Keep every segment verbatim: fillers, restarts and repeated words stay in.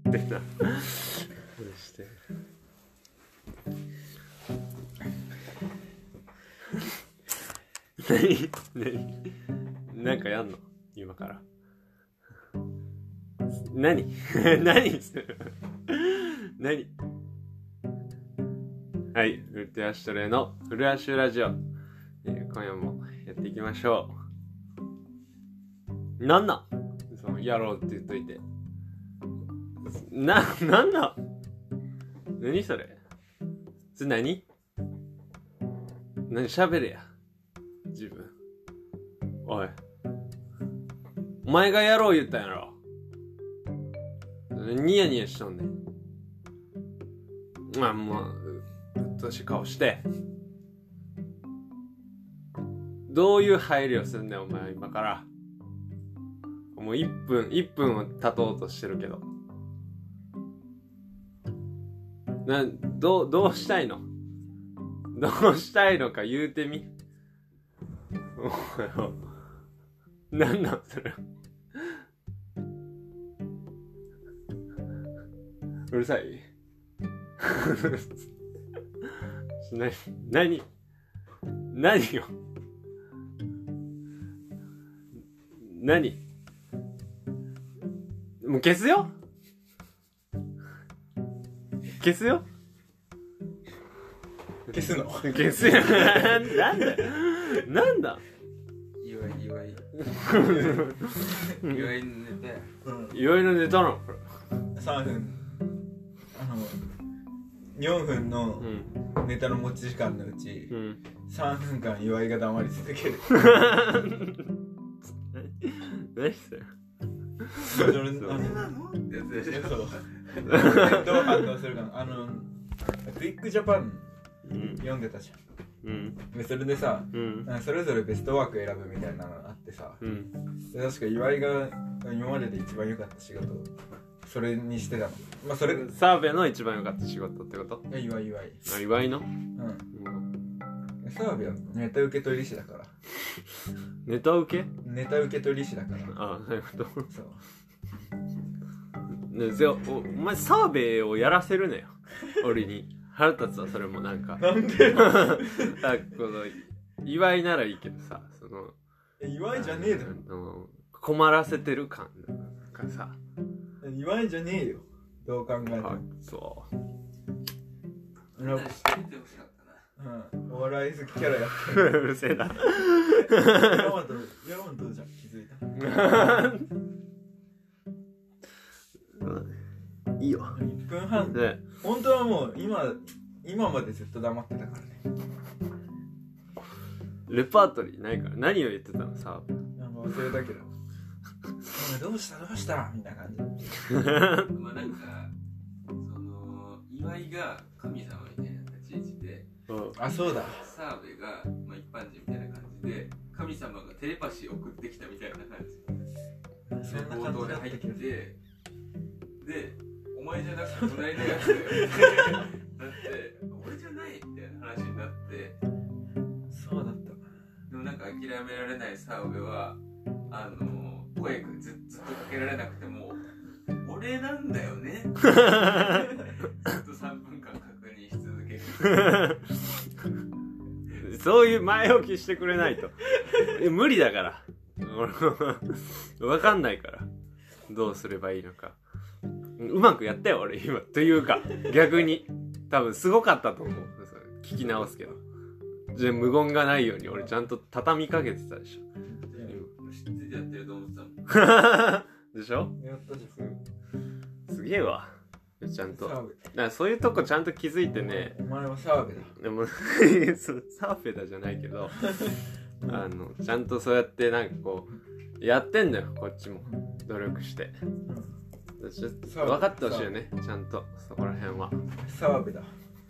ってなこれして何何なんかやんの今から何何する何はい、ウルテアシュトレイのフルアッシュラジオ、えー、今夜もやっていきましょう。なんなんそのやろうって言っといてな、なんなん何それそれ何何喋れや自分おいお前がやろう言ったんやろニヤニヤしとんねんまあもううっとしい顔してどういう配慮すんねんお前今からもういっぷんいっぷんを経とうとしてるけどなどうどうしたいのどうしたいのか言うてみなんなんそれうるさいな何何よ何もう消すよ消すよ消すの消すよなんだなんだ岩井岩井岩井のネタや、 うん、岩井のネタなのさんぷんあのよんぷんのネタの持ち時間のうち、うん、さんぷんかん岩井が黙り続ける何それそれなのってやつでしょそうどう反応するかなあのクイックジャパン読んでたじゃん、うん、でそれでさ、うん、それぞれベストワーク選ぶみたいなのがあってさ、うん、で確か岩井が今までで一番良かった仕事それにしてたの、まあ、それ澤部の一番良かった仕事ってこといや岩井岩井あ岩井のうん澤部はネタ受け取り師だからネタ受けネタ受け取り師だからああなるほどそうねぜおお前澤部をやらせるねよ俺に腹立つわそれもなんかなんであこの岩井ならいいけどさその岩井じゃねえだろ困らせてる感がさ岩井じゃねえよどう考えてもそうなんか知っててほしかったな、うん、お笑い好きキャラやってるうるせえなヤマトヤマトじゃん気づいたいいよいっぷんはんで本当はもう今今までずっと黙ってたからねレパートリーないから何を言ってたのさなんか忘れたけどどうしたどうしたみたいな感じまあなんかその岩井が神様みたいな立ち位置で、 うん、あそうだ澤部が、まあ、一般人みたいな感じで神様がテレパシー送ってきたみたいな感じで冒頭で入ってでお前じゃなくて隣のやつだよだって俺じゃないみたいな話になってそうだったでもなんか諦められない澤部はあの声ず, ずっとかけられなくても俺なんだよねずっとさんぷんかん確認し続けるそういう前置きしてくれないと無理だから分かんないからどうすればいいのかうまくやったよ俺今というか逆に多分すごかったと思う聞き直すけどじゃあ無言がないように俺ちゃんと畳みかけてたでしょやってると思ってたでしょやったじゃんすげえわちゃんとだからそういうとこちゃんと気づいてねお前は澤部だでも澤部だじゃないけどあのちゃんとそうやってなんかこうやってんだよこっちも努力して分かってほしいよねちゃんとそこら辺は澤部だ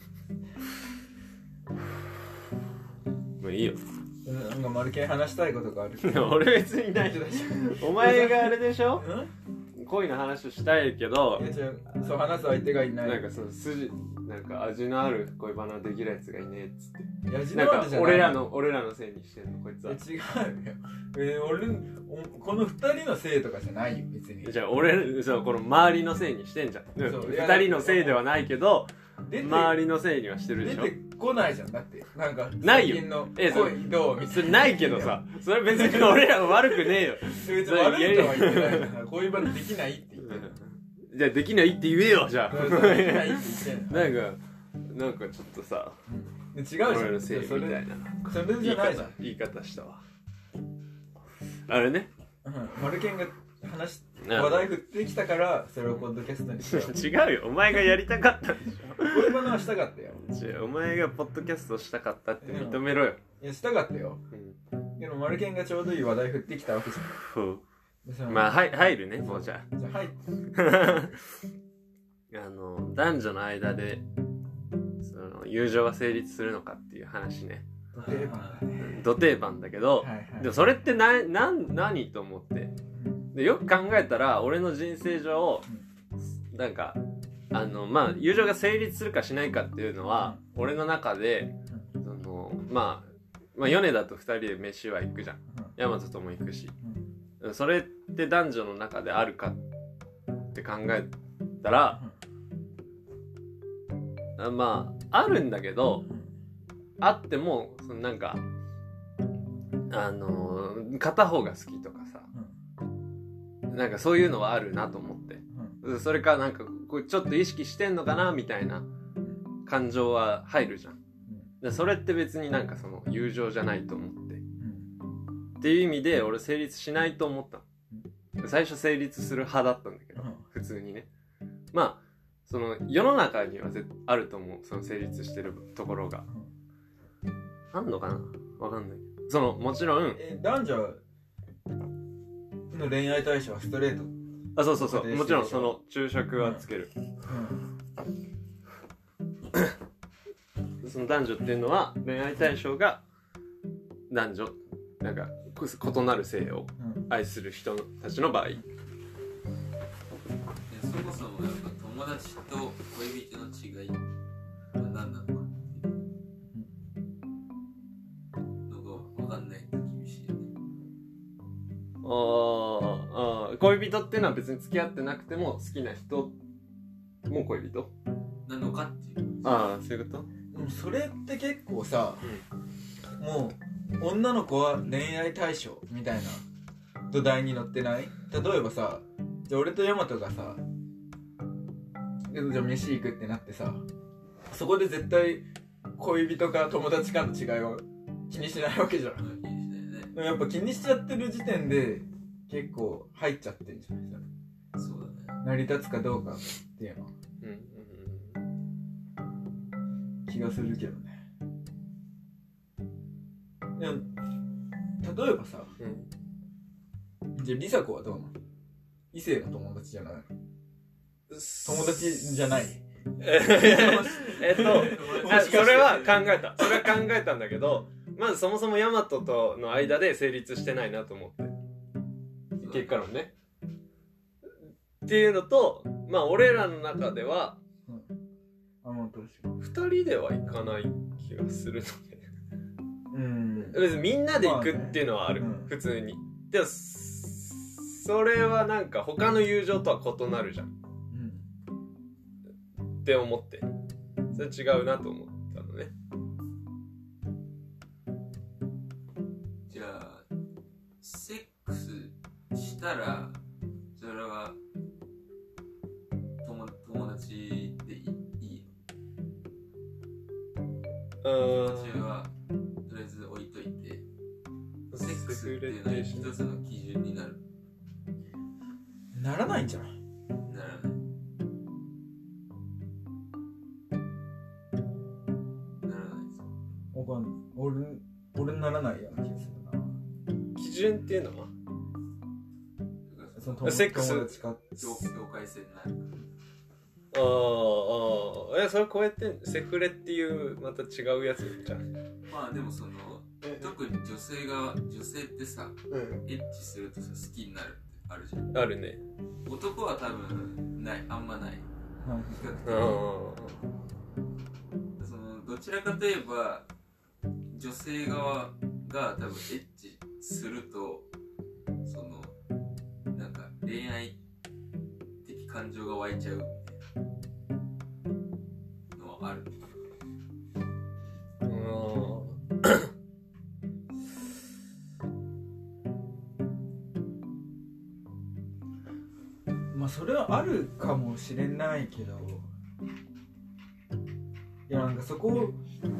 もういいよなんか丸系話したいことがある俺別にないお前があれでしょ恋の話をしたいけどいや違うそう話す相手がいないなんかその筋なんか味のある恋バナできるやつがいねえっつって味なんかのあるじゃない俺らの俺らのせいにしてんのこいつは。 違うよ、えー、俺おこのふたりのせいとかじゃないよ別に。 じゃあ俺そうこの周りのせいにしてんじゃん。 そうふたりのせいではないけど出て周りのせいにはしてるでしょ。 出てこないじゃんだってなんかないよ最近のえそれ恋どうみたいなそれないけどさそれ別に俺らは悪くねえよ。 別に悪いとは言ってないから恋バナできないって言ってるじゃあできないって言えよじゃあ。 そうそうできないって言ってるなんかなんかちょっとさ違うじゃん俺のせいみたいなそれそれじゃないじゃん。 言い方したわ。あれね、 うん、マルケンが話うん話題振ってきたからそれをポッドキャストにした違うよお前がやりたかったんでし恋バナはしたかったよ。 ょ。違うお前がポッドキャストしたかったって認めろよ。 いやしたかったよ。 うんでもマルケンがちょうどいい話題振ってきたわけじゃん。 ふでそのうまあはい入るねもうじゃじゃあはいああの男女の間でその友情が成立するのかっていう話ね。 ド定番だね。 ド定番だけど、 はいはい。 でもそれってななん何と思ってでよく考えたら俺の人生上なんかあのまあ友情が成立するかしないかっていうのは俺の中でそのまあまあ米田とふたりで飯は行くじゃん。大和とも行くしそれって男女の中であるかって考えたらあまああるんだけどあってもそのなんかあのー、片方が好きとかさなんかそういうのはあるなと思ってそれかなんかこうちょっと意識してんのかなみたいな感情は入るじゃん。でそれって別になんかその友情じゃないと思ってっていう意味で俺成立しないと思ったの。最初成立する派だったんだけど普通にねまあその世の中には絶あると思うその成立してるところがあんのかなわかんないそのもちろんえ男女の恋愛対象はストレート。 あそうそうそうもちろんその昼食はつける、うん、その男女っていうのは恋愛対象が男女なんか異なる性を愛する人たちの場合、 そもそもやっぱ友達と恋人の違いは何なのかっていうのが分かんないと厳しいよね。 ああ恋人っていうのは別に付き合ってなくても好きな人も恋人なのかっていう。 ああそういうことでもそれって結構さ、うん、もう女の子は恋愛対象みたいな土台に乗ってない？例えばさじゃあ俺とヤマトがさじゃあ飯行くってなってさそこで絶対恋人か友達かの違いは気にしないわけじゃん。 気にしないね。 でもやっぱ気にしちゃってる時点で結構入っちゃってるんじゃないですか。 そうだね。 成り立つかどうかっていうのは、うんうん、気がするけどね。でも例えばさ、うん、じゃあ梨紗子はどうなの？異性の友達じゃないの？友達じゃないえっとそれは考えたそれは考えたんだけどまずそもそもヤマトとの間で成立してないなと思って結果論ねっていうのとまあ俺らの中ではふたりではいかない気がするのでうん別にみんなで行くっていうのはある、まあねうん、普通にでもそれはなんか他の友情とは異なるじゃんって思ってそれ違うなと思ったのね。 じゃあセックスしたらそれは友友達でいいの？友達はとりあえず置いといてセックスっていうのは一つの基準になる？ ならないんじゃない？ ならない。 俺、俺ならないような気がするな。 基準っていうのはそのセックス境界線になるああああえそれこうやってセフレっていうまた違うやつじゃん。 まあでもその特に女性が女性ってさ、うん、エッチするとさ好きになるってあるじゃん。 あるね。 男は多分ないあんまない。比較的そのどちらかといえば女性側が多分エッチするとそのなんか恋愛的感情が湧いちゃうみたいなのはある。 まあそれはあるかもしれないけど、いやなんかそこを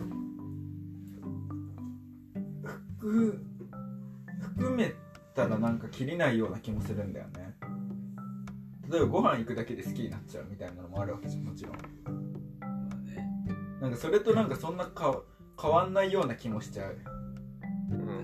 含含めたらなんか切りないような気もするんだよね。例えばご飯行くだけで好きになっちゃうみたいなのもあるわけじゃん、もちろん。 まあね、 なんかそれとなんかそんなか変わんないような気もしちゃう。 確か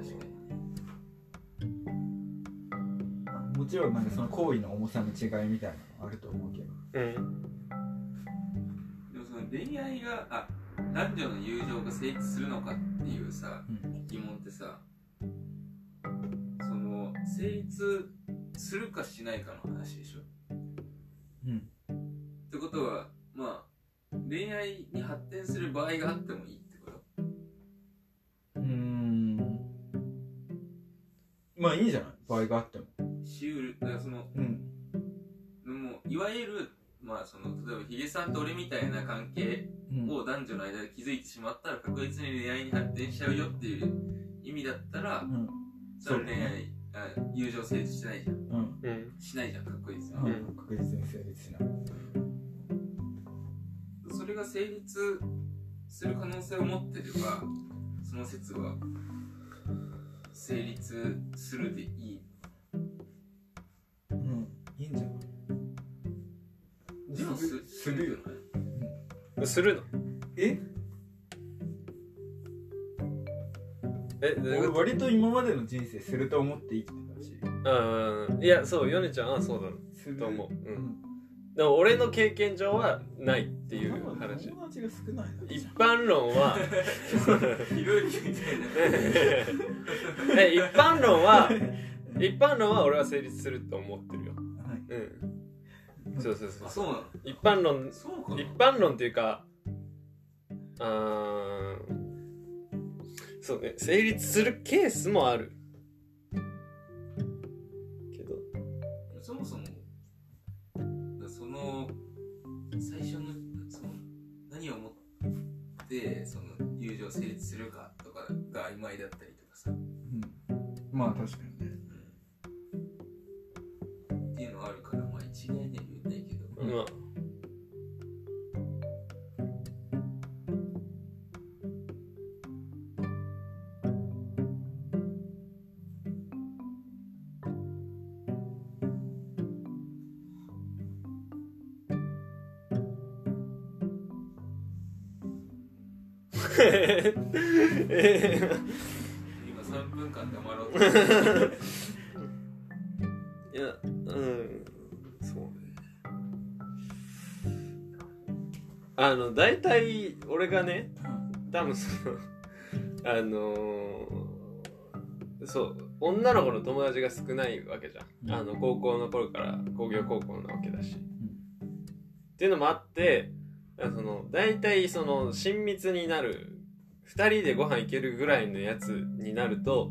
に。 もちろんなんかその行為の重さの違いみたいなのあると思うけど、 うん、 でもその恋愛があ男女の友情が成立するのかっていうさ、うん、疑問ってさ、その成立するかしないかの話でしょ。うん。ってことはまあ恋愛に発展する場合があってもいいってこと？ うーん。まあいいんじゃない？場合があっても。 しうる、だからその、うん、もういわゆるまあその例えばヒゲさんと俺みたいな関係を男女の間で築いてしまったら確実に恋愛に発展しちゃうよっていう意味だったら、うん、それは恋愛、あ、友情成立してないじゃん、うん、しないじゃん、確実に、 うん、確実に成立しない。 それが成立する可能性を持ってればその説は成立するでいい。 うん、いいんじゃない？ でもす、 するよね。 うん、するの？ え？ え、 俺割と今までの人生すると思って生きてたし。 うん、いや、そう、ヨネちゃんはそうだと思う。うん。でも俺の経験上はないっていう話。 友達が少ないな。 一般論はひろゆきみたいな。え、一般論は一般論は俺は成立すると思ってるよ。はい。うん。そうそうそう。 あ、そうなの？ 一般論、 そうかな？ 一般論っていうか、あー、そうね、成立するケースもある。けど。 そもそもその最初のその何をもってその友情成立するかとかが曖昧だったりとかさ、うん、 まあ確かにね、 うん、っていうのがあるからまあ一概には言えないけど、 うん、まあ今さんぷんかん黙ろうといや、うん、そうね。あの大体俺がね、多分そのあのー、そう女の子の友達が少ないわけじゃん、うん、あの高校の頃から工業高校なわけだし、うん、っていうのもあって、その大体その親密になるふたりでご飯行けるぐらいのやつになると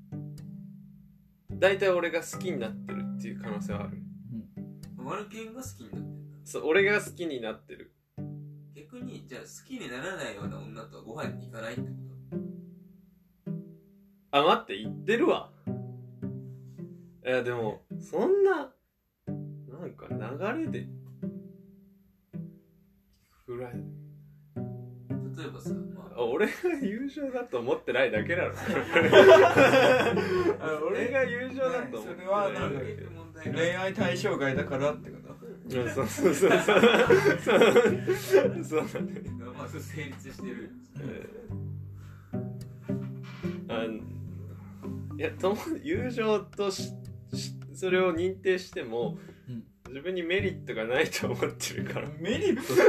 大体俺が好きになってるっていう可能性はある。 マルケンが好きになってるんだ。 そう、俺が好きになってる。 逆にじゃあ好きにならないような女とはご飯に行かないってこと？ あ、待って、言ってるわ。いやでもそんななんか流れでぐらい。 例えばさ、まあ、 俺が優勝だと思ってないだけなの俺が優勝だと思ってない。 それはなんか恋愛対象外だからってこと？ そうそうそうそうそうそうなんだね。 まあ成立してる、えー、あいやと友情としそれを認定しても、うん、自分にメリットがないと思ってるから。 メリットって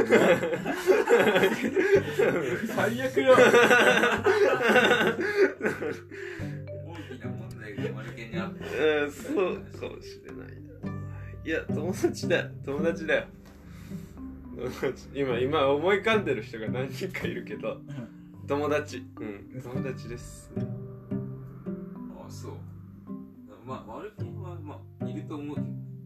最悪よ。 大きな問題がマルケンにあって、 うん、そうかもしれないな。いや友達だよ友達だよ。 今今思い浮かんでる人が何人かいるけど、 うん、 友達、うん友達です。 ああそう。まあ悪気はまあいると思うけど。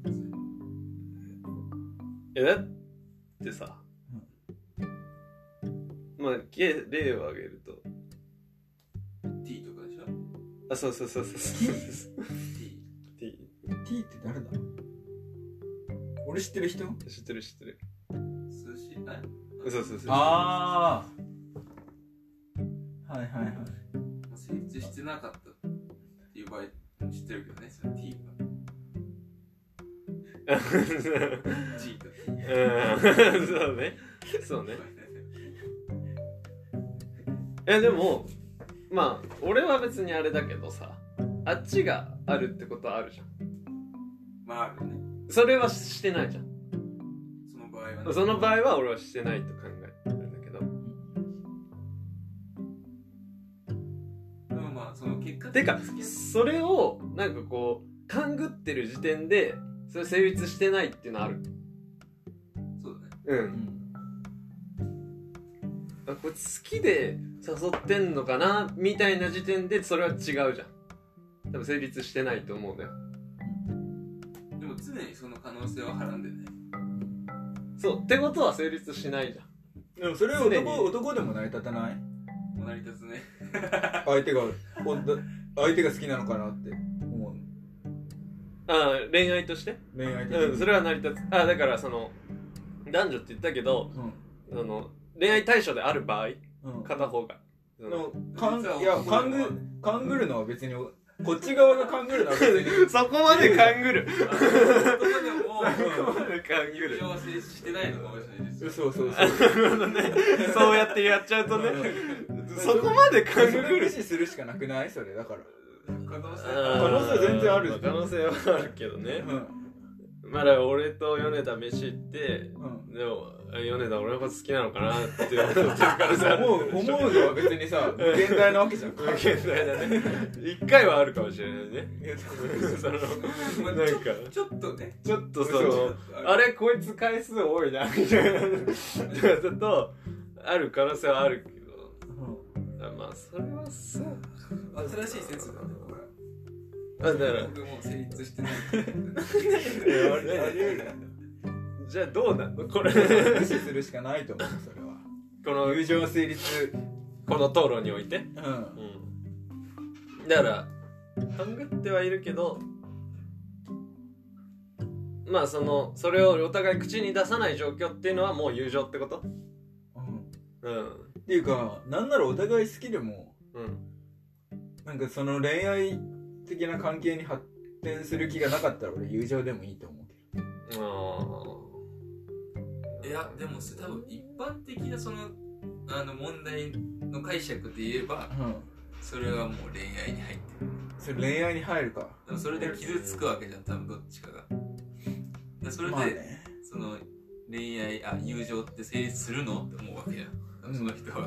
えだってさ、うん、まあ例を挙げると T とかでしょ。 あそうそうそうそうそう T T T って誰だ。俺知ってる人？ 知ってる知ってる。 寿司あそうそうそう。 ああはいはいはい。 成立してなかったっていう場合知ってるけどね、その T が。G と T。 うんそうねそうね。えでもまあ俺は別にあれだけどさ、あっちがあるってことはあるじゃん。 まああるね。それはしてないじゃん。 その場合はね。 その場合は俺はしてないと考えてるんだけど。 でもまあその結果てかそれをなんかこう勘ぐってる時点でそれ成立してないっていうのある。 そうだね。 うん。あこいつ好きで誘ってんのかなみたいな時点でそれは違うじゃん。多分成立してないと思うんだよ。 でも常にその可能性ははらんでない。 そうってことは成立しないじゃん。 でもそれは男男でも成り立たない？ 成り立つね。 相手が相手が好きなのかなって思う。 ああ恋愛として恋愛として、 うん、それは成り立つ。あだからその男女って言ったけど、うん、あの恋愛対象である場合、うん、片方がでもかんいや勘ぐ勘ぐるのは別にこっち側が勘ぐるのは別にそこまで勘ぐるそこでもそこまで勘ぐる友情は成立してないのかもしれないですよ。 そうそうそうなるほどね。そうやってやっちゃうとねそこまで勘ぐる無視するしかなくない？それだから可能性可能性全然ある。 可能性はあるけどね、うん、まだ俺と米田飯行って、うん、でも米田俺のこと好きなのかなって思ってるからさ思う思うのは別にさ現代なわけじゃん。 現代だね。一回はあるかもしれないね。そのなんかちょっとねちょっとそのあれこいつ回数多いなみたいなだとある可能性はあるけど、うん、まあそれはそう新しい説なんだよこれ。 あだから僕も成立してない。 あれあれじゃあどうなのこれ。 無視するしかないと思う。それはこの友情成立この討論において、 うんうん、だから勘ぐってはいるけどまあそのそれをお互い口に出さない状況っていうのはもう友情ってこと。 うん、 うん、 っていうかなんならお互い好きでも、 うん、なんかその恋愛的な関係に発展する気がなかったら俺友情でもいいと思うけど。 あいやでも多分一般的なそのあの問題の解釈で言えば、うん、それはもう恋愛に入ってる。 それ恋愛に入るか。 でもそれで傷つくわけじゃん多分どっちかが。でそれで、まあね、その恋愛あ友情って成立するのって思うわけじゃんその人は。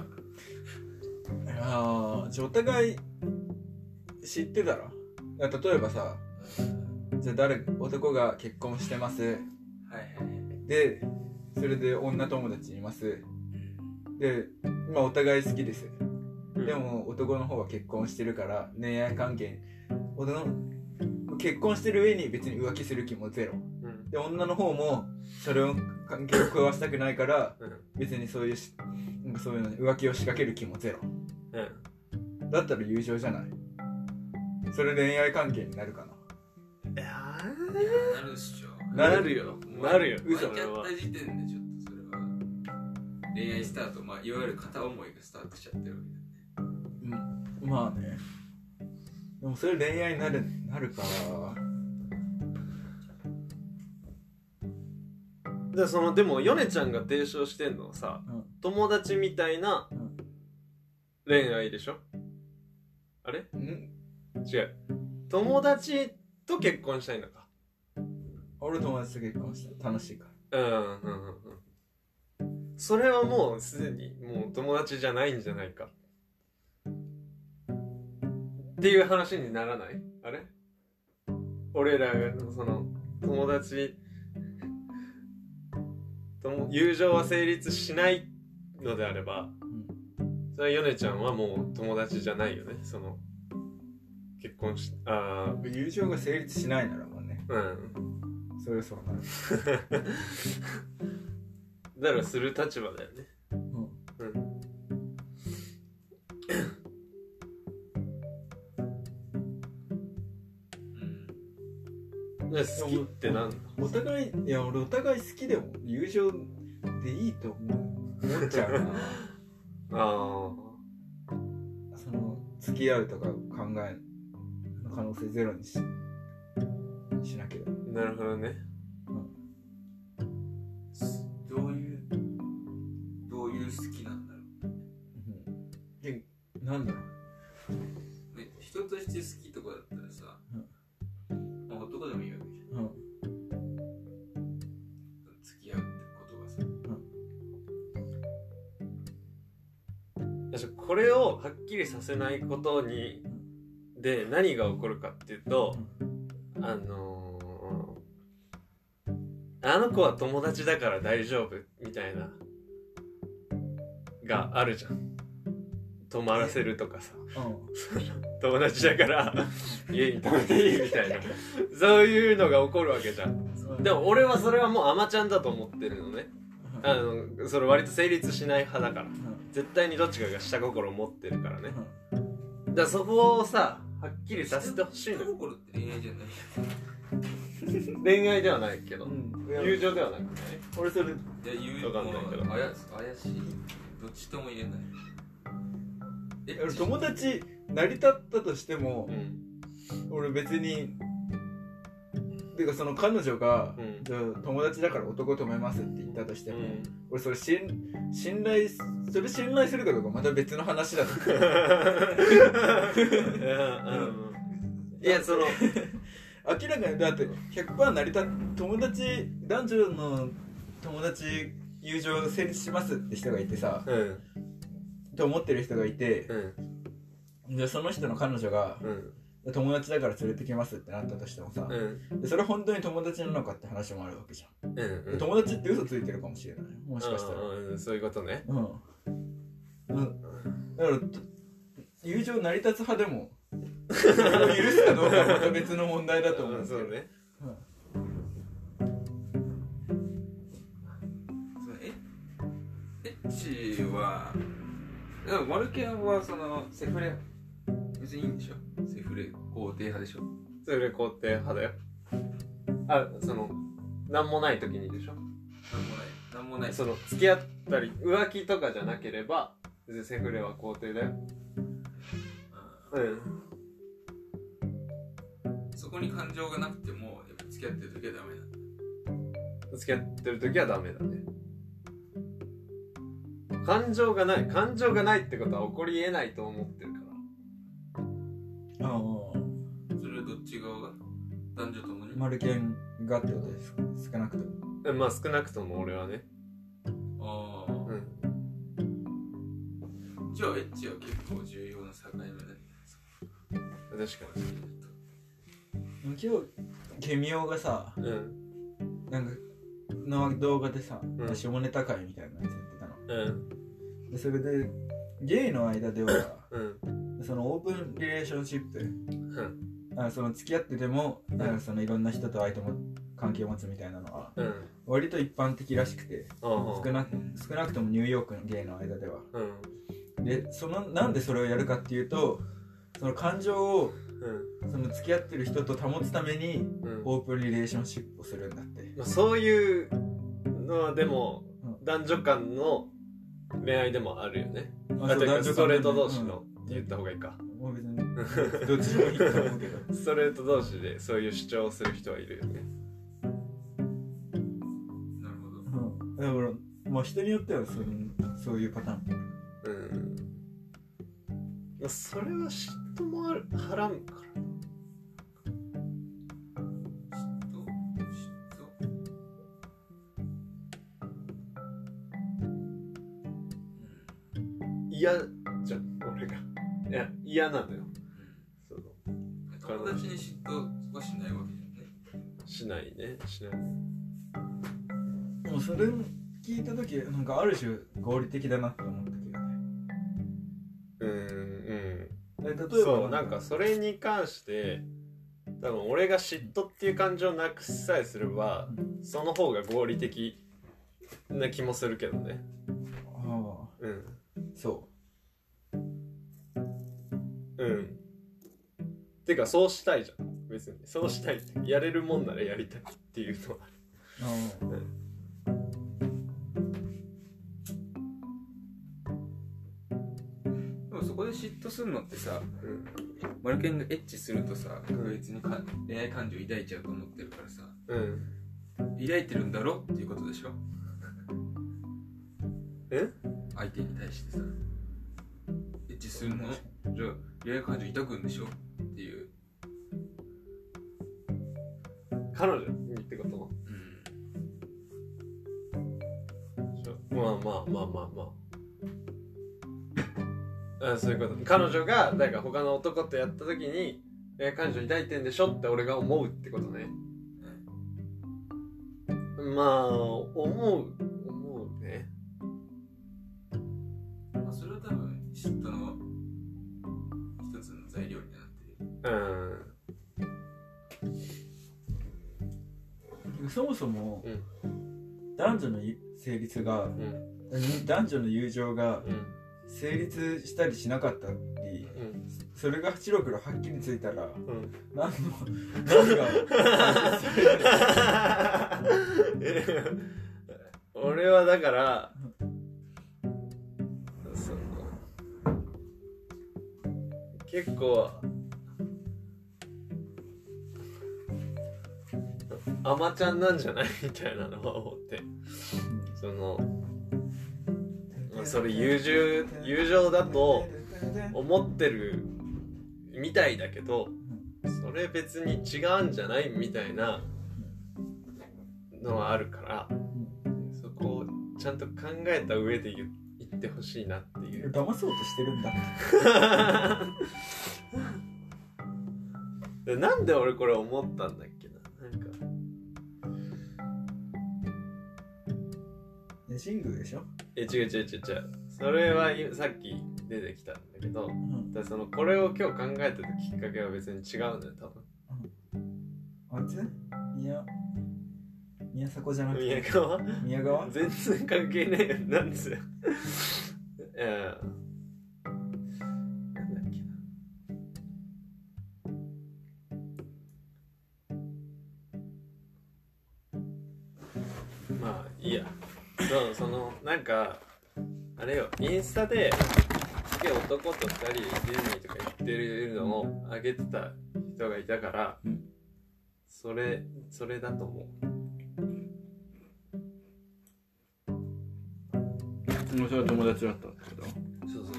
ああじゃあお互い知ってたら例えばさじゃあ誰男が結婚してます。はいはい。でそれで女友達います。で今お互い好きです。でも男の方は結婚してるから恋愛関係結婚してる上に別に浮気する気もゼロ、うん、で女の方もそれを関係を壊したくないから別にそういうなんかそういうの浮気を仕掛ける気もゼロ、うん、だったら友情じゃない。それ恋愛関係になるかな。 いやなるっしょ。 なるよなるよ。 嘘やった時点でちょっとそれは恋愛スタート、まあいわゆる片思いがスタートしちゃってるわけだね。 うん、まあね。でもそれ恋愛になるなるか。 でそのでもヨネちゃんが提唱してんのはさ、うん、友達みたいな恋愛でしょ。あれ？うん？違う。友達と結婚したいのか。 俺友達と結婚した楽しいから。 うんうんうんうん。それはもうすでにもう友達じゃないんじゃないかっていう話にならない？あれ？俺らがその友達友情は成立しないのであれば、うん、それはヨネちゃんはもう友達じゃないよね。その結婚しあ友情が成立しないならもうね、 うんそれはそうなるだからする立場だよね。うん、うん好きってなんだ。 お互いいや俺お互い好きでも友情でいいと思う思っちゃうなああその付き合うとか考えの可能性ゼロにししなければ。 なるほどね、 うん、どういうどういう好きなんだろう、 うん、えなんだろう、ね、人として好きとかだったらさ、うんまあ、男でもいいわけじゃん、うん、付き合うってことがさ、 うん、これをはっきりさせないことにで何が起こるかっていうと、あのー、あの子は友達だから大丈夫みたいながあるじゃん。泊まらせるとかさ、うん、友達だから家に泊めていいみたいなそういうのが起こるわけじゃん。でも俺はそれはもうアマちゃんだと思ってるのね。あのそれ割と成立しない派だから、絶対にどっちかが下心を持ってるからね。だからそこをさはっきりさせてほしいの。 下心って恋愛じゃない恋愛ではないけど、うん、友情ではなくてね。俺それいや友情わかんないけど怪しいどっちとも言えない。 え俺友達成り立ったとしても、うん、俺別にていうかその彼女が、うん、じゃあ友達だから男止めますって言ったとしても、うん、俺それ信信頼それ信頼するかどうかまた別の話だといやその明らかにだって ひゃくパーセント 成り立っ友達男女の友達友情成立しますって人がいてさ、うんと思ってる人がいて、うん、でその人の彼女が、うん、友達だから連れてきますってなったとしてもさ、うん、でそれ本当に友達なのかって話もあるわけじゃん、うんうん、友達って嘘ついてるかもしれないもしかしたら、 うんうん、そういうことね、 うんうん、だから友情成り立つ派でもそれを許すかどうかはまた別の問題だと思うんですけどそうね、うんエッチはでもマルケンはそのセフレ別にいいんでしょ。セフレ肯定派でしょ。 セフレ肯定派だよ。あ、そのなんもない時にでしょ。 なんもないなんもないその付き合ったり浮気とかじゃなければ別にセフレは肯定だよ。うん、 そこに感情がなくてもやっぱ付き合ってる時はダメなんだ。 付き合ってる時はダメだね。感情がない感情がないってことは起こり得ないと思ってるから。ああそれはどっち側が男女ともにマルケンがってことですか。少なくともまあ少なくとも俺はね。ああうんじゃあエッチは結構重要な境目なんじゃないですか。 確かに今日ケミオがさ、うん、なんかの動画でさ、うん、下ネタ会みたいなやつやってたの、うんでそれでゲイの間では、うん、そのオープンリレーションシップ、うん、あその付き合ってても、うん、なんかそのいろんな人と相手も関係を持つみたいなのは、うん、割と一般的らしくて、うん、少なく少なくともニューヨークのゲイの間では、うん、でそのなんでそれをやるかっていうとその感情を、うん、その付き合ってる人と保つために、うん、オープンリレーションシップをするんだって、 まあ、そういうのはでも、うん、男女間の恋愛でもあるよね。あとストレート同士の、うん、って言った方がいいか。 もう別にどっちでもいいと思うけどストレート同士でそういう主張をする人はいるよね。 なるほど、 うん、だからまあ人によってはそういう、そういうパターンもある。 うんそれは嫉妬もあるはらむから嫌じゃん俺がいや嫌なんだよ、 うん、その友達に嫉妬はしないわけじゃんね。 しないねしない。 でもそれ聞いた時なんかある種合理的だなって思ったけどね。 うんうん例えばそうなんかそれに関して多分俺が嫉妬っていう感情をなくしさえすれば、うん、その方が合理的な気もするけどね。 ああうんそううんてかそうしたいじゃん。別にそうしたいってやれるもんならやりたいっていうのはある。 ああ、うんでもそこで嫉妬するのってさ、うん、マルケンがエッチするとさ、確実にか恋愛感情抱いちゃうと思ってるからさ、うん、抱いてるんだろっていうことでしょ。 え？ 相手に対してさ、エッチするの？じゃあ恋愛感情抱くんでしょっていう。 彼女にってこと？うん。まあまあまあまあまあ。あ、そういうこと。彼女がだから他の男とやった時に恋愛感情抱いてんでしょって俺が思うってことね。うん、まあ思う思うね。 まあそれは多分嫉妬の一つの材料になってる。うん。 そもそも、うん、男女の成立が、うん、男女の友情が成立したりしなかったり、うん、それが白黒はっきりついたら、うん、何の何が俺はだからそう結構アマちゃんなんじゃないみたいなのは思って、そのそれ友情友情だと思ってるみたいだけど、それ別に違うんじゃないみたいなのはあるから、そこをちゃんと考えた上で言ってほしいなっていう。 騙そうとしてるんだでなんで俺これ思ったんだっけな。なんかシングルでしょ。 え違う違う違う違う、それはさっき出てきたんだけど、うん、だそのこれを今日考えてたきっかけは別に違うんだよ多分、 うん、あいついや宮迫じゃなくて宮川宮川全然関係ねえよ。なんつういやなんだっけな、まあいいや。そうそのなんかあれよ、インスタですげえ男とふたりでディズニーとか行ってるのを上げてた人がいたから、うん、それそれだと思う。 もうそれは友達だったってこと？ そうそう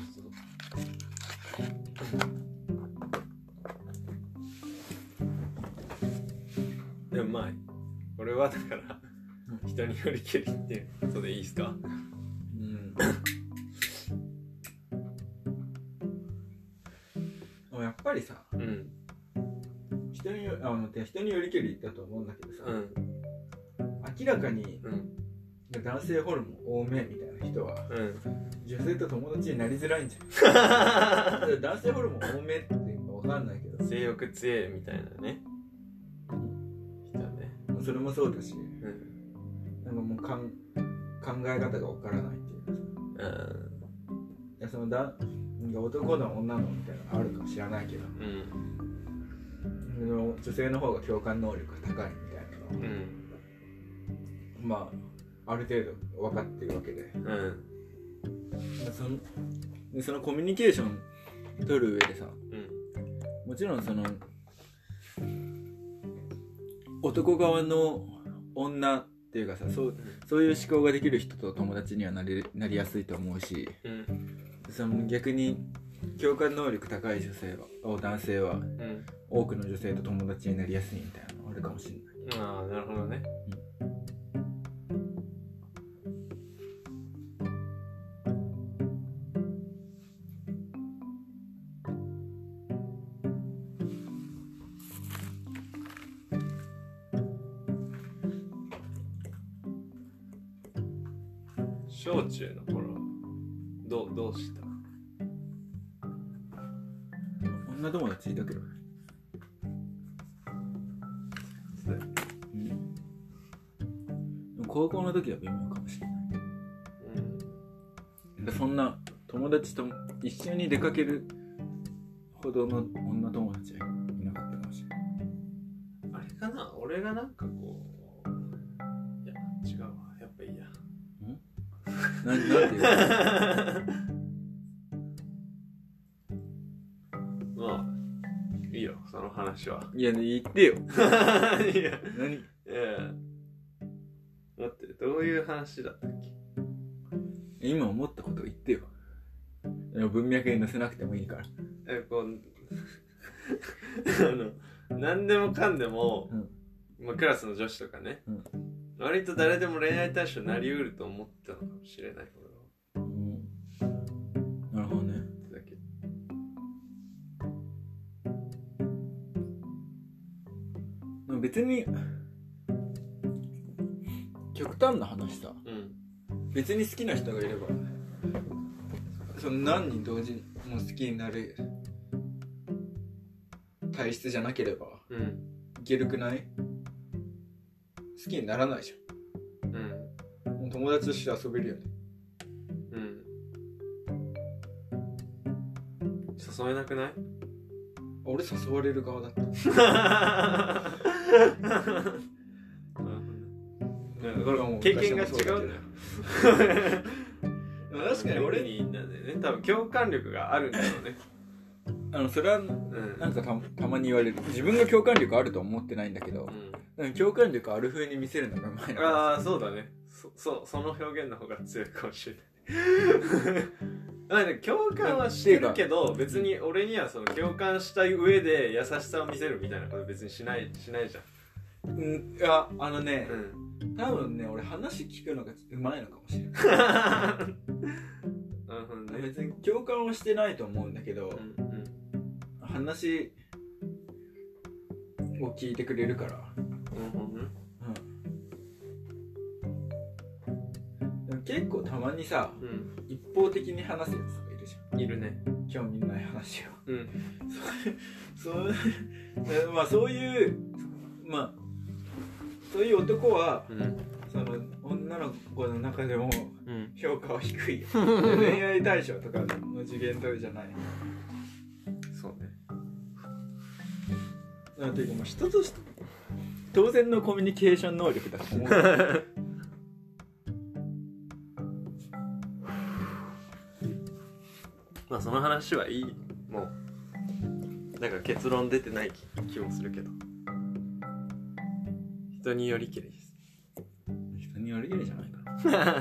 そうでもまあ俺はだから人によりけりっていうことでいいですか？ うんやっぱりさ、うん、人によあの人によりけりだと思うんだけどさ、うん、明らかに、うん、男性ホルモン多めみたいな人は、うん、女性と友達になりづらいんじゃん男性ホルモン多めっていうか分かんないけど性欲強いみたいなね、人ね。 それもそうだし、うん、なんかもうかん考え方が分からないっていうかさ、うん、いやそのだ男の女のみたいなのあるかもしれないけど、うん、女性の方が共感能力が高いみたいなの、うん、まあある程度分かっているわけで、うん、そのでそのコミュニケーション取る上でさ、うん、もちろんその男側の女っていうかさ、そう、そういう思考ができる人と友達にはなり、なりやすいと思うし、うん、その逆に共感能力高い女性は男性は、うん、多くの女性と友達になりやすいみたいなのあるかもしれない。 ああ、なるほどね、 小中の頃どうどうした？ 女友達いたけど。うん、高校の時は微妙かもしれない。うん、そんな友達と一緒に出かけるほどの女友達はいなかったかもしれない。 あれかな、俺がなんかこう、いや違うわ、やっぱいいや。 ん？な、なんて言うの？まあいいよ、その話は。 いや、言ってよ。いや、何？いや、待って、どういう話だったっけ？ 今思ったことを言ってよ。文脈に載せなくてもいいから。 え、こうあの何でもかんでも、うんまあ、クラスの女子とかね、うん、割と誰でも恋愛対象になりうると思ったのかもしれない俺は。 うん、なるほどね。だけでも別に極端な話さ、うん、別に好きな人がいればその何人同時も好きになる体質じゃなければ、うん、いけるくない？好きにならないじゃん。うん。もう友達として遊べるよね。 うん。誘えなくない？ 俺誘われる側だった。 これ経験が違うんだよ。確かに俺にいいんだね。多分共感力があるんだろうね。 あのそれはなんか た, たまに言われる。自分が共感力あるとは思ってないんだけど、うん、共感力ある風に見せるのがうまいな。 ああそうだね。そそその表現の方が強いかもしれない。共感はしてるけど別に俺にはその共感した上で優しさを見せるみたいなこと別にしないしないじゃん。 うんいやあのね、うん、多分ね俺話聞くのがうまいのかもしれない。なるほどね。別に共感はしてないと思うんだけど、うんうん、話を聞いてくれるから、うんうん、でも結構たまにさ、うん、一方的に話すやつがいるじゃん。 いるね。 興味ない話を、うん、そうそうまあそういうまあそういう男は、うん、その女の子の中でも評価は低い、うん、恋愛対象とかの次元とじゃない。 そうね。 なんていうかもう人として当然のコミュニケーション能力だと思う。 まあその話はいい。もうなんか結論出てない気もするけど、人によりきりです。 人によりきりじゃないかな。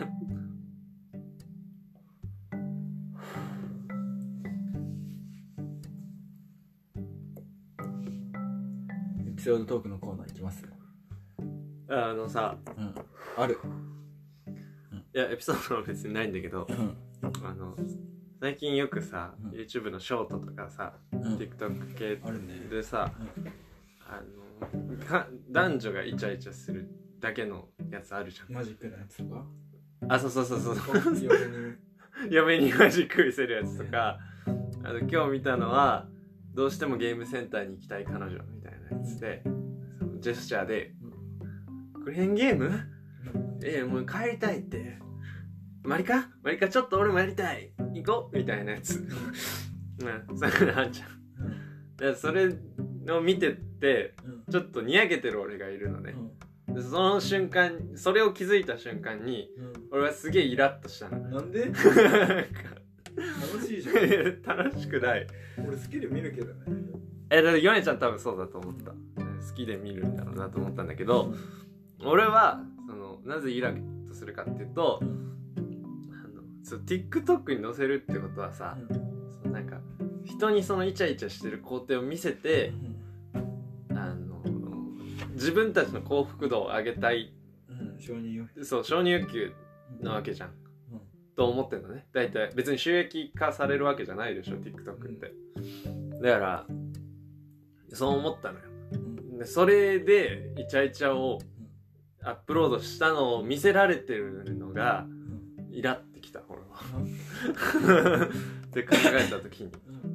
エピソードトークのコーナーいきます。 あのさ、 うん、ある、 うん、いやエピソードは別にないんだけど、うん、あの最近よくさ、うん、YouTube のショートとかさ、うん、TikTok 系でさ、ね、うん、あのか男女がイチャイチャするだけのやつあるじゃん。 マジックのやつとか。 あ、そうそうそうそう。嫁にマジック見せるやつとか、あと今日見たのはどうしてもゲームセンターに行きたい彼女みたいなやつで、そのジェスチャーで、うん、クレーンゲーム？ええ、もう帰りたいって。マリカ？マリカちょっと俺もやりたい。行こうみたいなやつ。うん、そういうのあんじゃん。でそれを見てってちょっとにやけてる俺がいるのね。でその瞬間、それを気づいた瞬間に、うん、俺はすげえイラッとしたの。 なんで？楽しいじゃん。 楽しくない。 俺好きで見るけどね。 え、だってヨネちゃん多分そうだと思った。好きで見るんだろうなと思ったんだけど、うん、俺はそのなぜイラッとするかっていうと、うん、あのそう TikTok に載せるってことはさ、うん、そのなんか人にそのイチャイチャしてる工程を見せて、うん、あの自分たちの幸福度を上げたい、 うん、承認欲求、 そう承認欲求なわけじゃん、うん、と思ってんのね。だいたい別に収益化されるわけじゃないでしょ TikTok って、うん、だからそう思ったのよ、うん、でそれでイチャイチャをアップロードしたのを見せられてるのがイラってきた俺はって考えた時に、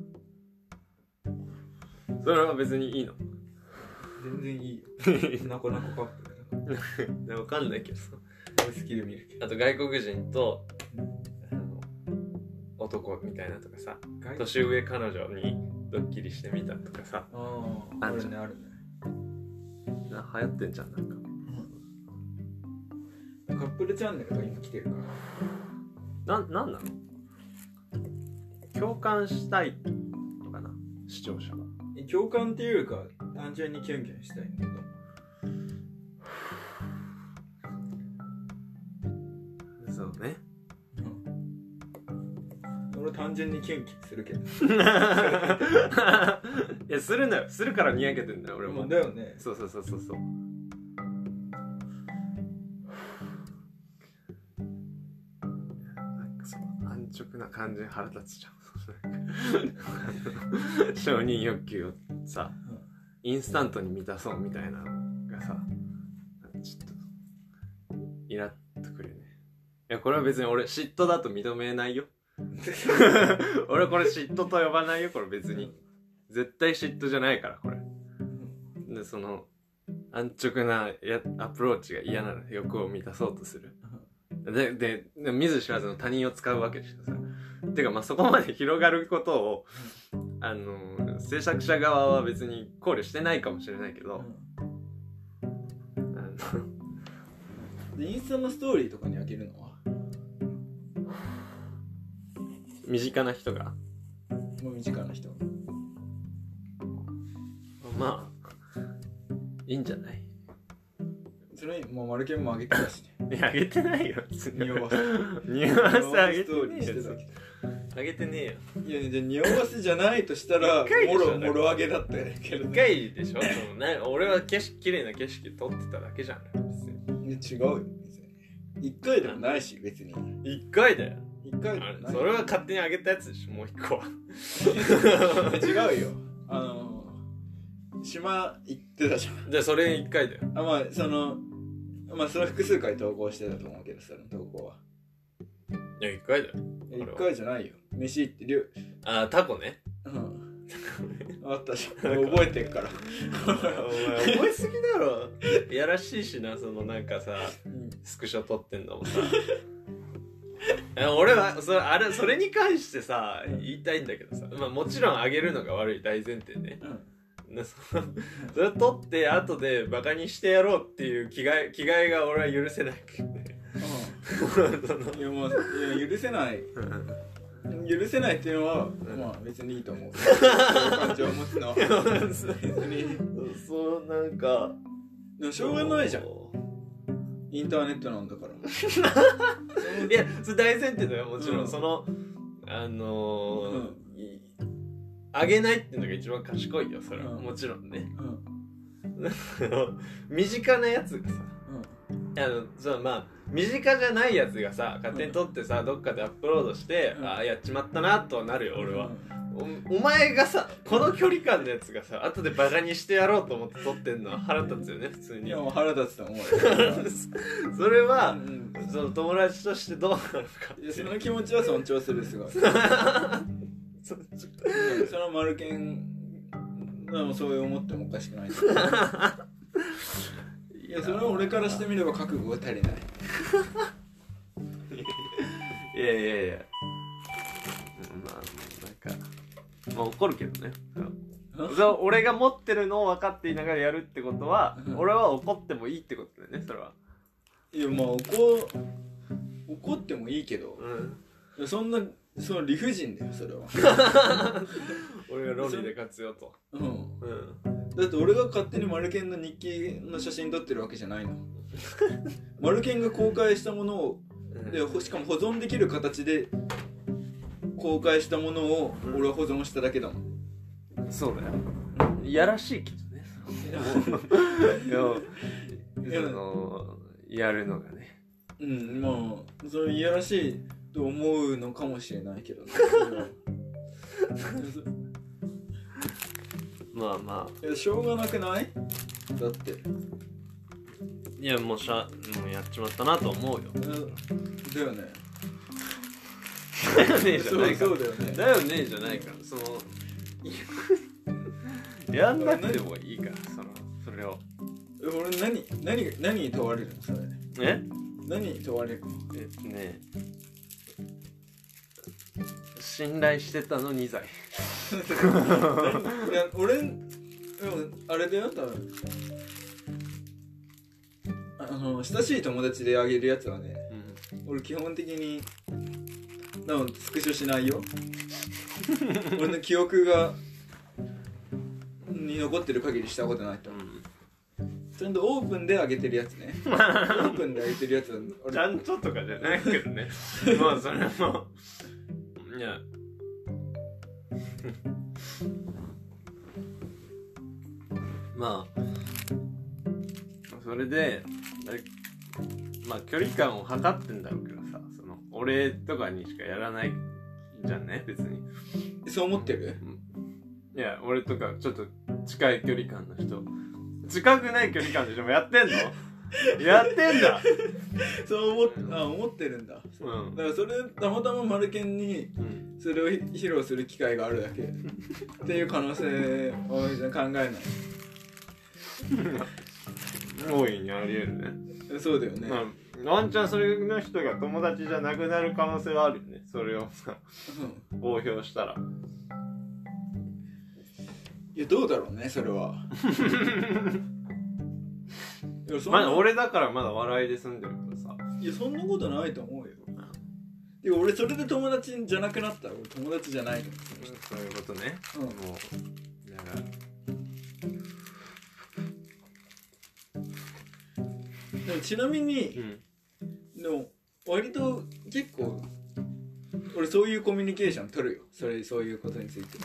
それは別にいいの？ 全然いいよなかなかカップルでわかんないけどさ、 好きで見るけど、 あと外国人と、あの男みたいなとかさ、年上彼女にドッキリしてみたとかさ、 ああ、あるねあるね。 な流行ってんじゃんなんか。 カップルチャンネルが今来てるから。な、なんなの？共感したいのかな視聴者は。 共感っていうか単純にキュンキュンしたいんだけど。そうね。 うん、俺単純にキュンキュンするけど。 いやするのよ。するからにやけてんだよ俺も。 だよね。 そうそうそうそうそう。なんかその安直な感じ腹立つじゃん。承認欲求をさ、うん、インスタントに満たそうみたいなのがさ、ちょっとイラっとくるね。いやこれは別に俺嫉妬だと認めないよ。俺これ嫉妬と呼ばないよこれ別に。絶対嫉妬じゃないからこれ。でその安直なやアプローチが嫌な欲を満たそうとする。ででで見ず知らずの他人を使うわけでしょさ。てかまあそこまで広がることをあの制作者側は別に考慮してないかもしれないけど、うん、あのでインスタのストーリーとかにあげるのは身近な人がもう身近な人まあいいんじゃない？ それもうマルケンもあげてたしね。 いやあげてないよ。 匂わせ匂わせあげてねえよ。あげてねえよ。 いやじゃあ匂わせじゃないとしたらもろもろあげだったけど、ね、 いっかいでしょ。そのな俺は景色綺麗な景色撮ってただけじゃん別に。違うよ別に。いっかいでもないし別に。 いっかいだよ。 いっかいでもない。 それは勝手にあげたやつでしょもういっこは。 違うよ。あの島行ってたじゃん。 じゃあそれいっかいだよ。 あまあそのまあそれは複数回投稿してたと思うけどその投稿は。 いやいっかいだよ。 いっかいじゃないよ。飯行ってりゅあタコね。 うん。あったし覚えてるから。 お前覚えすぎだろ。やらしいしなそのなんかさ、うん、スクショ撮ってんのもさ。俺はそれあれそれに関してさ言いたいんだけどさ、まあもちろんあげるのが悪い大前提ね。うんそれ取って後でバカにしてやろうっていう気概気概が俺は許せないけどね。 うん、いやもういや許せない許せないっていうのは、うん、まあ別にいいと思う。そういう感情を持つのは別にそうなんかでもしょうがないじゃん。インターネットなんだから。 いやそれ大前提だよもちろん、うん、そのあのーうんあげないっていうのが一番賢いよそれは、うん、もちろんね、うん、身近なやつがさ、うん、あのそのまあ身近じゃないやつがさ勝手に撮ってさ、うん、どっかでアップロードして、うん、ああやっちまったなとはなるよ俺は、うん、お, お前がさこの距離感のやつがさ後でバカにしてやろうと思って撮ってんのは腹立つよね普通に。 いやもう腹立つと思うよそれは、うん、その友達としてどうなのかいやその気持ちは尊重するすごいそ, そのマルケンもそういう思ってもおかしくない。いやそれは俺からしてみれば覚悟が足りない。 いやいやいやまあなんかまあ怒るけどね。俺が持ってるのを分かっていながらやるってことは俺は怒ってもいいってことだよねそれは。 いやまあ怒怒ってもいいけど、うん、そんなその理不尽だよそれは。 俺が論理で活用と、 うん、うん、だって俺が勝手にマルケンの日記の写真撮ってるわけじゃないの。マルケンが公開したものをでしかも保存できる形で公開したものを俺は保存しただけだもん、 うん、そうだよ、うん、いやらしいけどね。いやあのやるのがねうんまあそれいやらしいと思うのかもしれないけど、ね、 まあまあいやしょうがなくない？だっていやもうしゃもうやっちまったなと思うよ。 だよね。 だよねじゃないからそうそうだよねだよねじゃないからそのやんなくてもいいからそのそれを俺何何何に問われるのそれえ何に問われるのえっとね信頼してたのに罪いや俺でもあれだよ多分あの親しい友達であげるやつはね、うん、俺基本的になんかスクショしないよ俺の記憶がに残ってる限りしたことないと思う、うん、ちゃんとオープンであげてるやつねオープンであげてるやつはちゃんととかじゃないけどねまあそれもいやまあそれでまあ距離感を測ってんだろうけどさその俺とかにしかやらないじゃんね別にそう思ってる、 うん、いや俺とかちょっと近い距離感の人近くない距離感の人もやってんのやってんだそう思っ、あ、思ってるんだ、うん、だからそれたまたまマルケンにそれを披露する機会があるだけっていう可能性を考えない大いにありえるねそうだよね、 まあ、ワンチャンそれの人が友達じゃなくなる可能性はあるよねそれをさ、うん、公表したらいやどうだろうねそれはいやそんな、 まだ俺だからまだ笑いで済んでるけどさいやそんなことないと思うよ、いや俺それで友達じゃなくなったら俺友達じゃないと思う、 そういうことね、うん、もうだからでもちなみに、うん、でも割と結構俺そういうコミュニケーション取るよそれそういうことについて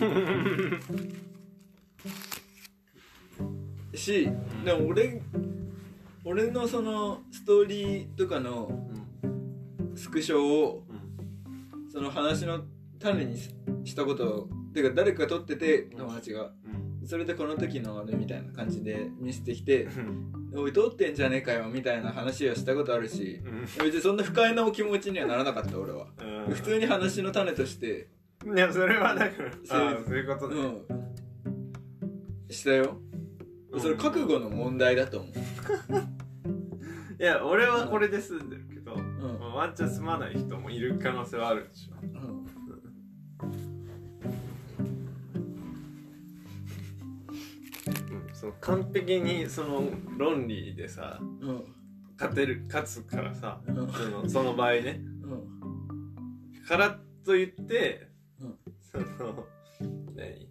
し、でも俺俺のそのストーリーとかのスクショをその話の種にしたことをてか誰か撮ってて友達がそれでこの時のあれみたいな感じで見せてきておい撮ってんじゃねえかよみたいな話をしたことあるし、別にそんな不快なお気持ちにはならなかった俺は、普通に話の種としていやそれはだからあそういうことね、うん、 したよ、それ覚悟の問題だと思ういや俺はこれで済んでるけど、うん、ワンチャン済まない人もいる可能性はあるでしょ、うんうん、その完璧にその論理でさ、うん、勝てる勝つからさ、うん、そのその場合ね、うん、からと言って、うん、その何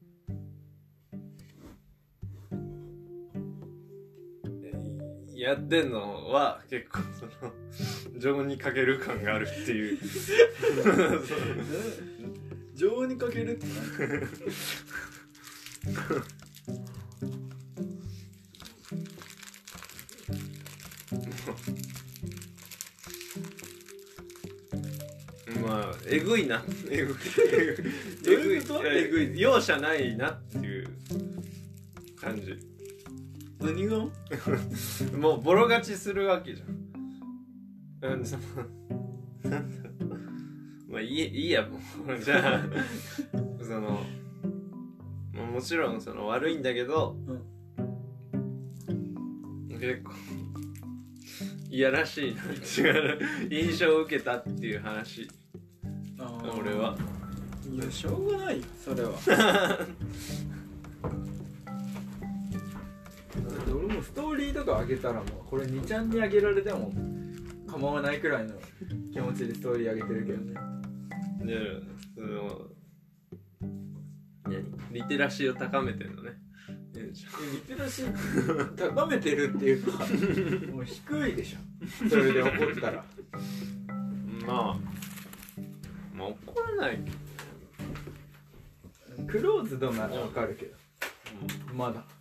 やってんのは結構その情にかける感があるっていう情にかけるってまあえぐいなえぐいえぐいえぐい容赦ないなっていう感じ。 何がもうボロ勝ちするわけじゃん。うん、そのなんだろう、まあいいいいやもうじゃあそのもちろんその悪いんだけど、うん、結構いやらしいなっていう印象を受けたっていう話。あ俺はいやしょうがないよそれは俺もストーリーとか上げたらもうこれにちゃんに上げられても構わないくらいの気持ちでストーリー上げてるけどね。 でその何リテラシーを高めてんのね。 リテラシー高めてるっていうかもう低いでしょそれで怒ったらまあまあ怒らないけどクローズドならわかるけど、うん、まだ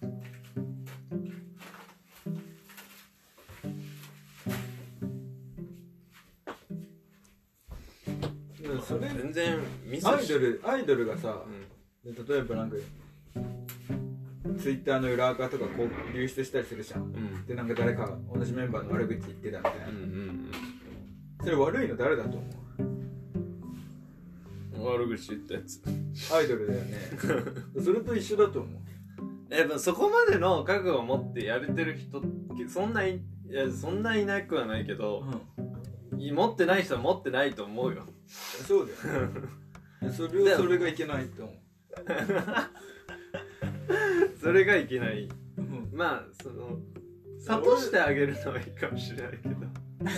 それ全然ミスアイドルアイドルがさ、うん、例えばなんかツイッターの裏垢とかこう流出したりするじゃん、うん、でなんか誰か同じメンバーの悪口言ってたみたいな、うんうんうん、それ悪いの誰だと思う？ 悪口言ったやつ。 アイドルだよね。それと一緒だと思う。 やっぱそこまでの覚悟を持ってやれてる人そんないいやそんないなくはないけど、うん、持ってない人は持ってないと思うよ。 そうだよ、ね、それはそれがいけないと思う。 それがいけない、うん、まあその諭してあげるのはいいかもしれないけど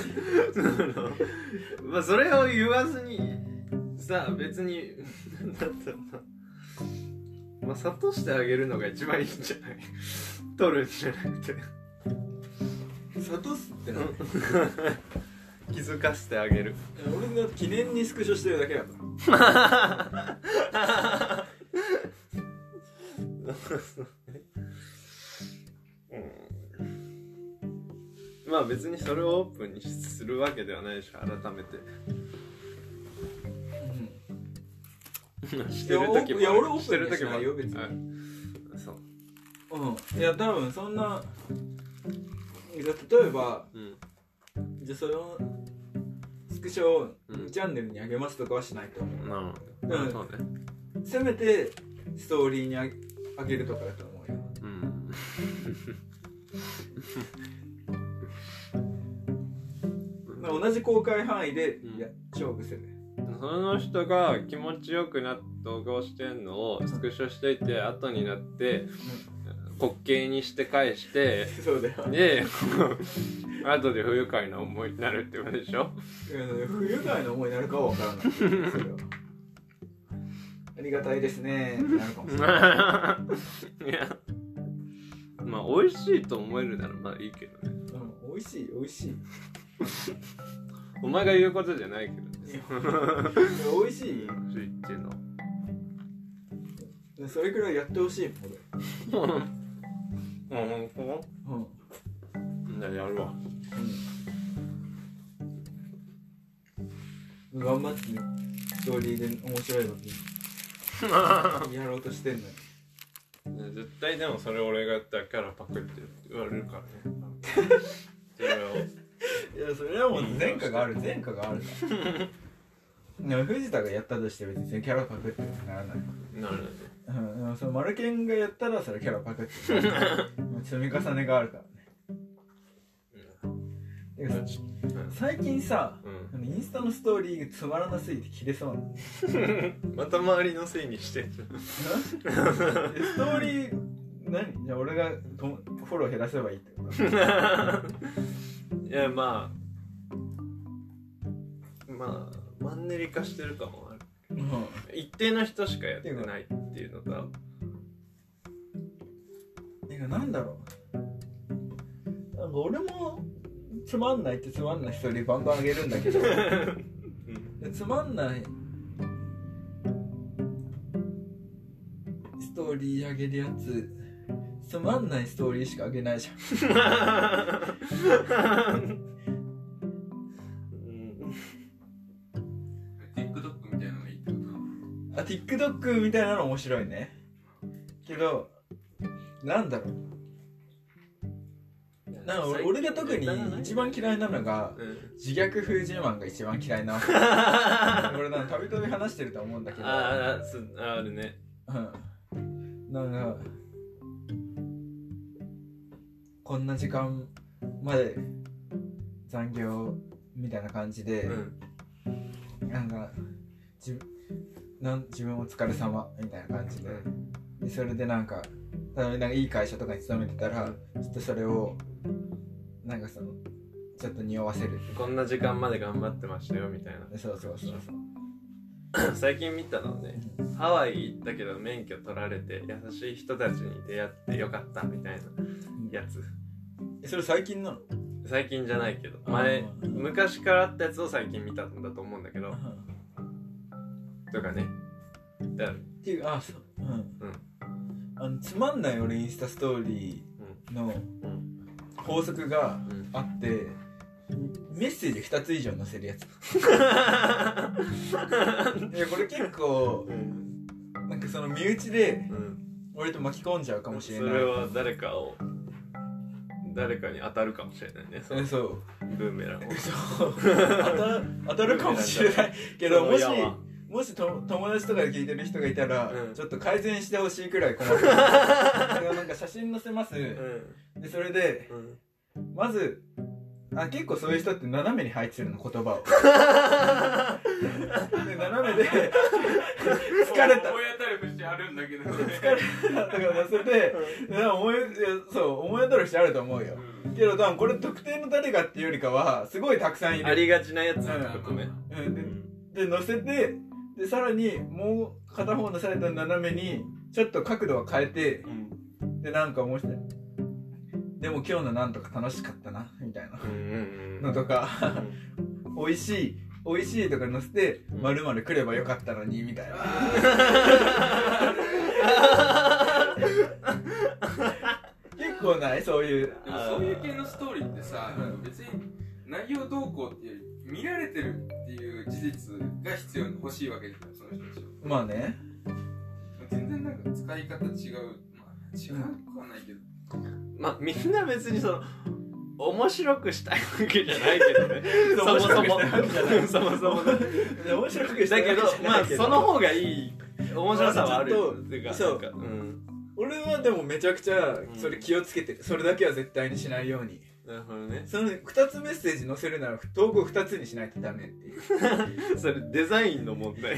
まあそれを言わずにさ別になんだったろうな、まあ諭してあげるのが一番いいんじゃない？取るんじゃなくて諭すって何？ 気づかせてあげる。 俺が記念にスクショしてるだけだからまあ別にそれをオープンにするわけではないでしょ。改めて、うん、してる時もいや俺オープンにしないよ別に。 そう、 うん、いや多分そんな例えば、うん、じゃあそれをスクショをチャンネルに上げますとかはしないと思う。なるほど、うん、そうね。せめてストーリーにあ げ, 上げるとかだと思うよ。うん、同じ公開範囲で、うん、いや勝負する。 その人が気持ちよくなって動画をしてんのをスクショしといて、うん、後になって、うん、滑稽にして返してそうだよで後で不愉快な思いになるってことでしょ。 不愉快な思いになるかは分からないそれはありがたいですねってなるかもしれないいやまあ美味しいと思えるならまあいいけどね、 うん、美味しい美味しいお前が言うことじゃないけどね美味しい美味しいっていうのそれくらいやってほしいもん俺うん、うん、じゃあやるわ、 うん、頑張ってね。ストーリーで面白いのにやろうとしてんのよ。絶対でもそれ俺がやったらキャラパクって言われるからねそれをいやそれはもう前科がある前科があるから藤田がやったとして別にキャラパクってならない。 なるね。 うん、そのマルケンがやったらそれキャラパクって積み重ねがあるからね。うん、最近さ、うん、インスタのストーリーがつまらなすぎて切れそうなまた周りのせいにしてストーリー何じゃあ俺がとフォロー減らせばいいってこといやまあまあマンネリ化してるかもある、うん、一定の人しかやってないっていうのといやなんだろうなんか俺もつまんないってつまんないストーリーバンバンあげるんだけど、うん、つまんないストーリーあげるやつつまんないストーリーしかあげないじゃん TikTok みたいなのがいいってこと？ あ、TikTok みたいなの面白いね。けどなんだろうなんか 俺, 俺が特に一番嫌いなのが、うん、自虐風自慢が一番嫌いな俺なんかたびたび話してると思うんだけどあああるね、 うん、なんかこんな時間まで残業みたいな感じで、うん、なんか自なん自分お疲れ様みたいな感じで、でそれでなんかなんかいい会社とかに勤めてたらちょっとそれをなんかそのちょっと匂わせるこんな時間まで頑張ってましたよみたいな。 そうそうそうそう最近見たのね、ハワイ行ったけど免許取られて優しい人たちに出会ってよかったみたいなやつ。 えそれ最近なの？ 最近じゃないけど前昔からあったやつを最近見たんだと思うんだけどとかね。だっていうあそううん、うん、あのつまんない俺インスタストーリーの法則があって、うん、メッセージふたつ以上載せるやついやこれ結構、うん、なんかその身内で俺と巻き込んじゃうかもしれない。 それは誰かを誰かに当たるかもしれないね。 そのそうブーメランをそう当た、当たるかもしれないけどもしももしと友達とかで聞いてる人がいたら、 うん、 ちょっと改善してほしいくらい困る。だからなんか写真載せます、うん、でそれで、うん、まずあ結構そういう人って斜めに配置するの言葉をで斜めで疲れた思い当たる節あるんだけど、ね、 疲れたとか載せて、うん、思いそう思い当たる節あると思うよ、うん、けど多分これ特定の誰かっていうよりかはすごいたくさんいるありがちなやつなんだことね、 うん、で, で載せてでさらにもう片方のサイドの斜めにちょっと角度を変えて、うん、でなんか面白いでも今日のなんとか楽しかったなみたいなのとか、うん、美味しい美味しいとか載せてまるまる来ればよかったのにみたいな結構ないそういうでもそういう系のストーリーってさ、うん、別に内容どうこうっていう見られてるっていう事実が必要に欲しいわけですよ、その人たちは。 まあね全然なんか使い方違う、まあ違うくはないけど、 まあみんな別にその面白くしたいわけじゃないけどねそもそもそもそも面白くしたいだけどまあその方がいい面白さはあるよ、 っていうかそうか、うん、俺はでもめちゃくちゃそれ気をつけてる、それだけは絶対にしないように。 なるほどね。 そのふたつメッセージ載せるなら投稿ふたつにしないとダメっていうそれデザインの問題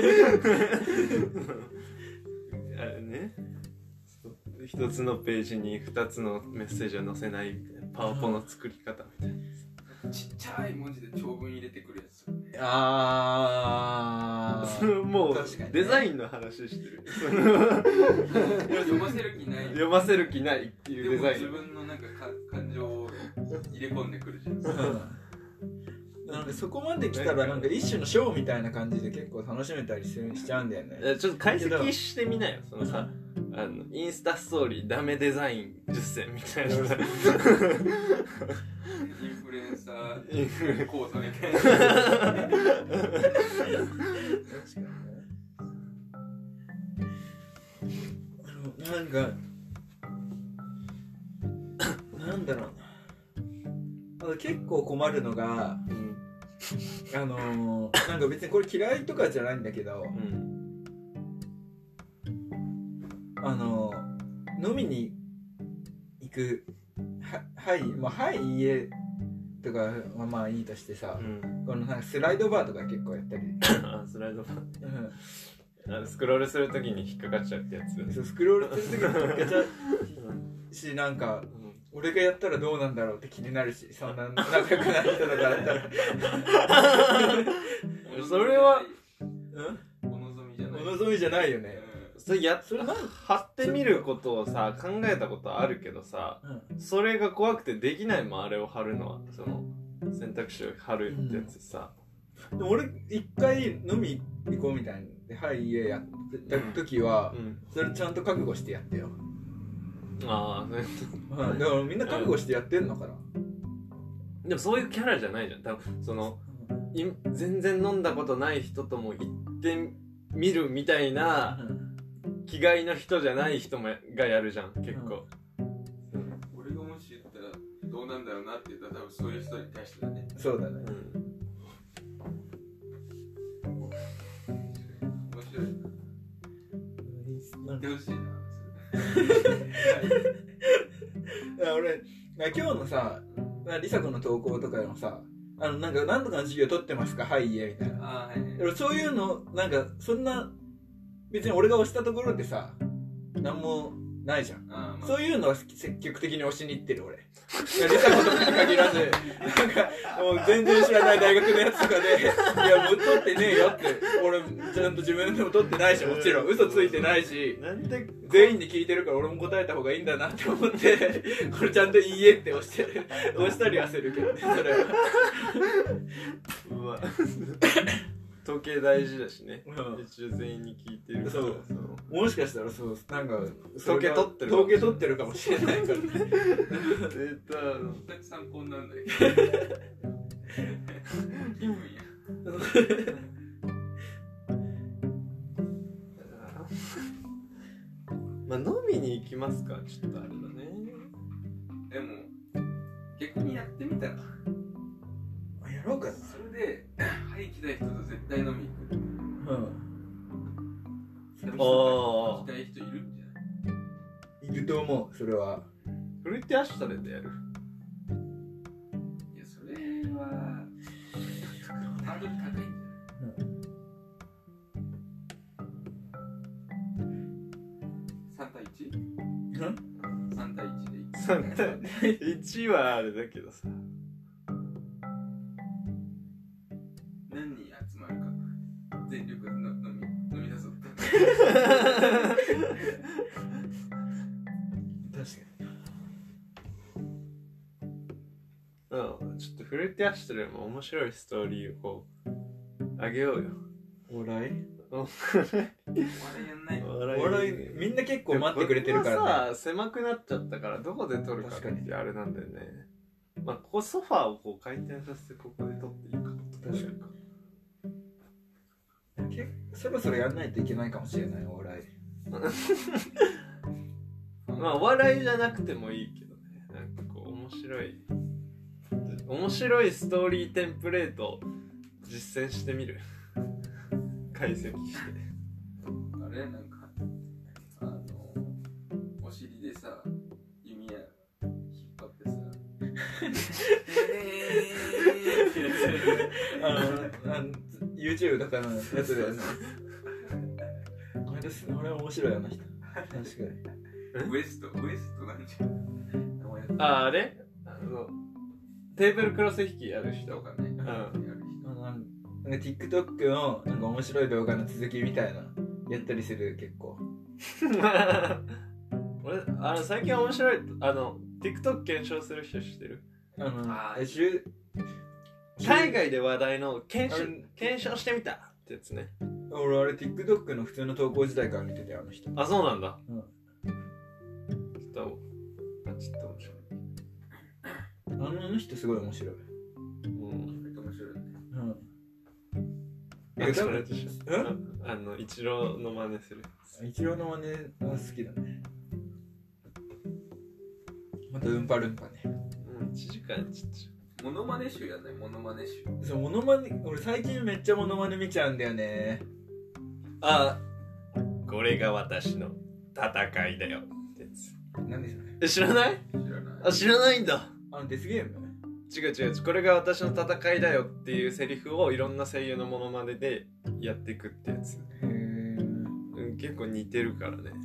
あれね、一つのページにふたつのメッセージを載せないみたいなパワポの作り方みたいな、 ちっちゃい文字で長文入れてくるやつ。 ああもうデザインの話してる読ませる気ない読ませる気ないっていうデザイン。 でも自分のなんか感情を入れ込んでくるじゃんなんかそこまで来たらなんか一種のショーみたいな感じで結構楽しめたりしちゃうんだよね。 ちょっと解析してみなよ、そのさ、あのインスタストーリーダメデザインじゅっせんみたいなインフルエンサー講座みたいな確かにね。なんかなんだろうな、結構困るのが、うん、あのー、なんか別にこれ嫌いとかじゃないんだけど、うん、あのー、飲みに行くははいまあはい家とかはまあいいとしてさ、うん、このなんかスライドバーとか結構やったりあスライドバー、うん、あのスクロールするときに引っかかっちゃうってやつ。 そうスクロールするときに引っかかっちゃうしなんか俺がやったらどうなんだろうって気になるし、そんな仲良くない人だからったらそれはお望みじゃない、 お望みじゃないよね。 それやそれ貼ってみることをさ考えたことあるけどさ、うん、それが怖くてできないもん、あれを貼るのは、その選択肢を貼るってやつさ、 うん、でも俺一回飲み行こうみたいではい家やった時は、うん、それちゃんと覚悟してやってよ。 ああ、ね、 だからみんな覚悟してやってんのかな。 でもそういうキャラじゃないじゃん。多分そのい全然飲んだことない人とも行ってみるみたいな気概の人じゃない人もがやるじゃん結構、 うん、俺がもし言ったらどうなんだろうなって言ったら多分そういう人に対してだね。 そうだね、うん、 面白いな。言ってほしいな俺今日のさりさ子の投稿とかのさ、あのなんか何とかの授業取ってますかはい家みたいな、あ、はいはい、そういうのなんかそんな別に俺が押したところでさ何もないじゃん、あ、まあ、そういうのは積極的に押しに行ってる俺。りさ子とかに限らずなんかもう全然知らない大学のやつとかでいやもう取ってねえよって、俺ちゃんと自分でも取ってないし、もちろん嘘ついてないし、なんで全員で聞いてるから俺も答えた方がいいんだなって思ってこれちゃんといいえって押してる押したりはするけどね、それはうわ統計大事だしね、うん、一応全員に聞いてるから。 そうもしかしたらそうなんか統計取ってる統計取ってるかもしれないからね絶対参考になるんだけど気分やまあ飲みに行きますか、ちょっとあれだね。 でも逆にやってみたら、 やろうかな。 それではい行きたい人と絶対飲みに行く、うん、 れは。 フルーティーアシュトレでやる。 いやそれはハードル高いんじゃない、うん、さん対 いち？ うん、 さん対いちでいく。 さん対いちはあれだけどさ、 何人集まるか全力での飲み飲み出そうって確かうん、ちょっとフルーティーアシュトレも面白いストーリーをこうあげようよ。 お笑いお笑いやんない。 お笑いみんな結構待ってくれてるからね。 さ狭くなっちゃったからどこで撮るかってあれなんだよね。まあここソファーをこう回転させてここで撮っていいか。 確かにけそろそろやんないといけないかもしれないお笑いまあお笑いじゃなくてもいいけどね、なんかこう面白い面白いストーリーテンプレートを実践してみる解析してあれなんかあのお尻でさ弓矢引っ張ってさあのあの YouTube とかのやつだよねあれです、あれ面白いあの人確かにウエストウエストなんじゃん。 ああれあのテーブルクロス引きやる人とかね、うん、やる人あのなんか TikTok のなんか面白い動画の続きみたいなやったりする結構俺あの最近面白いあの TikTok 検証する人知ってる？ あのあえしゅ海外で話題の検証検証してみたってやつね。 俺あれ TikTok の普通の投稿時代から見ててあの人。 あ、そうなんだ。 うん。 ちょっとあちょっと面白い。 あの人すごい面白い。 うん。 面白いね。 うん。 え、それでしょ。あのイチローの真似する。 イチローの真似は好きだね。またうんぱるんぱね。 うん、いちじかんやっちゃった。 モノマネ集やんないモノマネ集。 そうモノマネ俺最近めっちゃモノマネ見ちゃうんだよね。 あ、これが私の戦いだよってやつ。 何それ？ え、知らない？ 知らない。 あ、知らないんだ。 あのデスゲーム？ 違う違う、これが私の戦いだよっていうセリフをいろんな声優のモノマネでやっていくってやつ。 へー、 うん、結構似てるからね。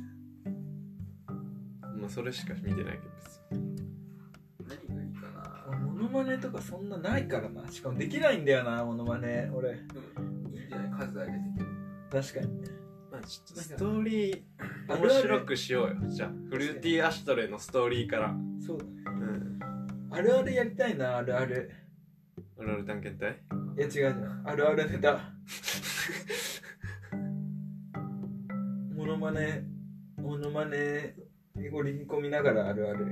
まあそれしか見てないけど別に。 何がいいかな。 モノマネとかそんなないからな。しかもできないんだよなモノマネ俺。 でもいいんじゃない数上げて確かに。 まあちょっとストーリー面白くしようよ。じゃあフルーティーアシュトレのストーリーから。 そうだね。 うん。 あるあるやりたいなあるある。 あるある探検隊？ いや違う違う。あるあるネタ。モノマネモノマネ織り込みながらあるある。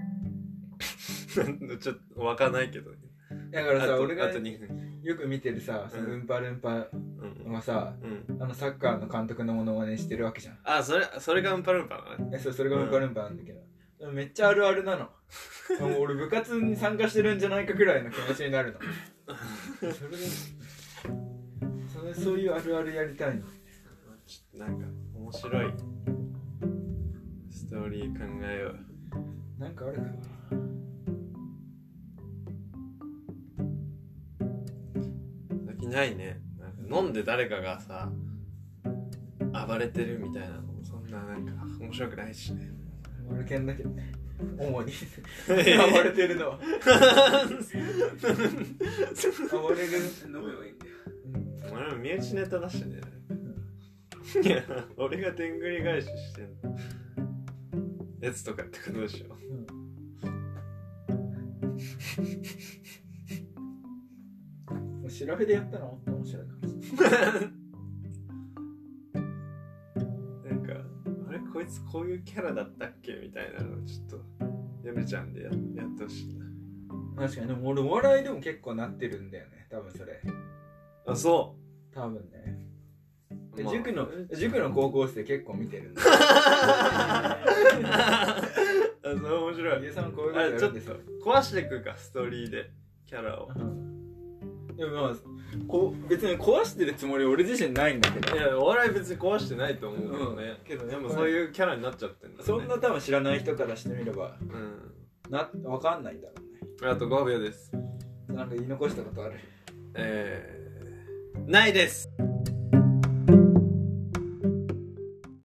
ちょっとわかんないけど。 だからさ俺があとにふんよく見てるさ、そのうんぱるんぱうんはさ、 うん、 あのサッカーの監督のモノマネしてるわけじゃん。 あ、それそれがうんぱるんぱなの？ え、そうそれがうんぱるんぱなんだけど、でもめっちゃあるあるなの。もう俺部活に参加してるんじゃないかくらいの気持ちになるの。それでそれそういうあるあるやりたいの。 ちょっとなんか面白いストーリー考えよう。 なんかあるかな。 最近ないね。なんか飲んで誰かがさ暴れてるみたいなのもそんななんか面白くないしね。 俺剣だけどね。主に暴れてるのは暴れる飲めばいいんだよ。 俺も身内ネタだしね。いや俺がでんぐり返ししてんのやつとかってことでしょ。 うん、調べでやったらもっと面白いかもしれない。 なんかあれこいつこういうキャラだったっけみたいなのをちょっとやめちゃうんで や, やってほしいな。 確かにでも俺お笑いでも結構なってるんだよね多分それ。 あ、そう多分ね、 まあ、 塾の塾の高校生結構見てるんだ。 あ、それ面白い。 家さんこういうことやるんですよ。 壊していくかストーリーでキャラを。 うん、 でもまあこ別に壊してるつもり俺自身ないんだけど、 いやお笑い別に壊してないと思うけどね、うん、けどでもそういうキャラになっちゃってんだ、ね、 そんな多分知らない人からしてみれば、 うん、 な分かんないんだろうね。 あとごびょうです。 なんか言い残したことある？ えー、ないです。